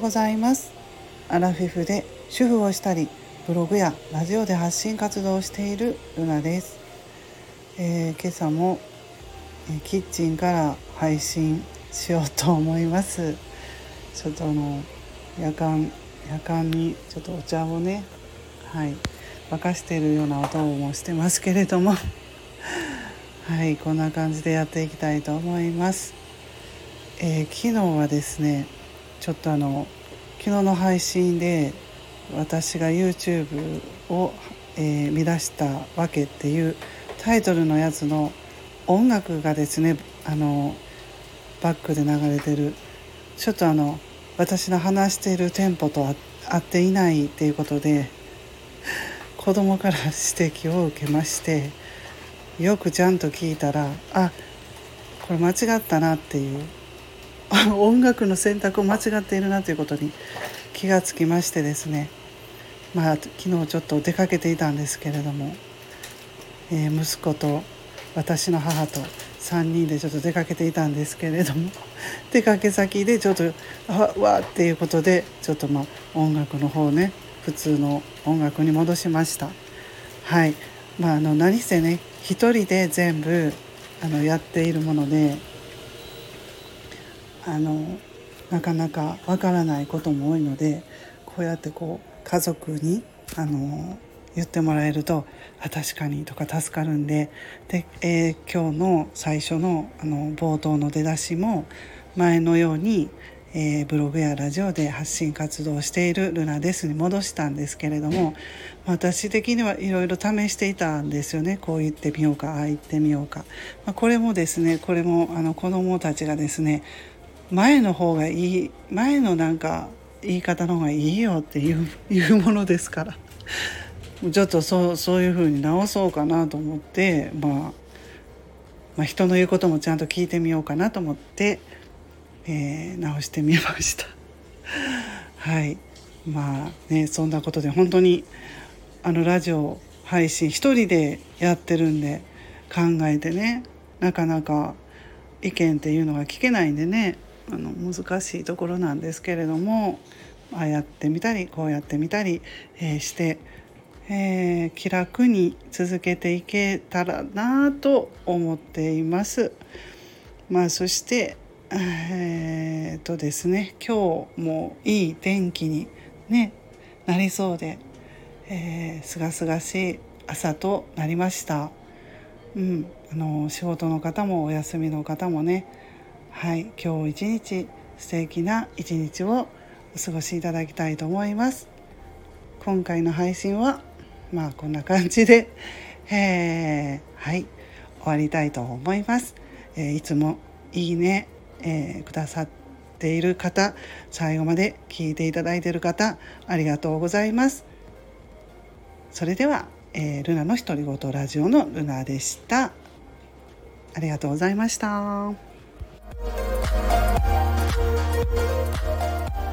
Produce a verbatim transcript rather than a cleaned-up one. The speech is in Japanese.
ございます。アラフィフで主婦をしたりブログやラジオで発信活動をしているルナです。えー、今朝も、えー、キッチンから配信しようと思います。ちょっとあの夜間夜間にちょっとお茶をねはい沸かしているような音もしてますけれどもはいこんな感じでやっていきたいと思います。えー、昨日はですねちょっとあの昨日の配信で私が YouTube を、えー、見出したわけっていうタイトルのやつの音楽がですねあのバックで流れてるちょっとあの私の話しているテンポと合っていないっていうことで子供から指摘を受けまして、よくちゃんと聞いたらあこれ間違ったなっていう音楽の選択を間違っているなということに気がつきましてですね、まあ昨日ちょっと出かけていたんですけれども、えー、息子と私の母とさんにんでちょっと出かけていたんですけれども出かけ先でちょっとあわーっていうことでちょっとまあ音楽の方ね普通の音楽に戻しました。はい、まああの何せね一人で全部あのやっているものであのなかなかわからないことも多いので、こうやってこう家族にあの言ってもらえるとあ確かにとか助かるんで、で、えー、今日の最初のあの冒頭の出だしも前のように、えー、ブログやラジオで発信活動をしているルナですに戻したんですけれども、私的にはいろいろ試していたんですよね。こう言ってみようかああ言ってみようか、まあ、これもですねこれもあの子どもたちがですね前の方がいい前のなんか言い方の方がいいよっていういうものですからちょっとそうそういう風に直そうかなと思って、まあ、まあ人の言うこともちゃんと聞いてみようかなと思って、えー、直してみましたはいまあねそんなことで本当にあのラジオ配信一人でやってるんで考えてねなかなか意見っていうのが聞けないんでねあの難しいところなんですけれども、ああやってみたりこうやってみたり、えー、して、えー、気楽に続けていけたらなと思っています。まあそしてえー、っとですね今日もいい天気に、ね、なりそうで、えー、すがすがしい朝となりました。うん、あの仕事の方もお休みの方もねはい今日一日素敵な一日をお過ごしいただきたいと思います。今回の配信はまあこんな感じで、えー、はい終わりたいと思います。えー、いつもいいね、えー、くださっている方最後まで聞いていただいている方ありがとうございます。それでは、えー、ルナの独り言ラジオのルナでした。ありがとうございました。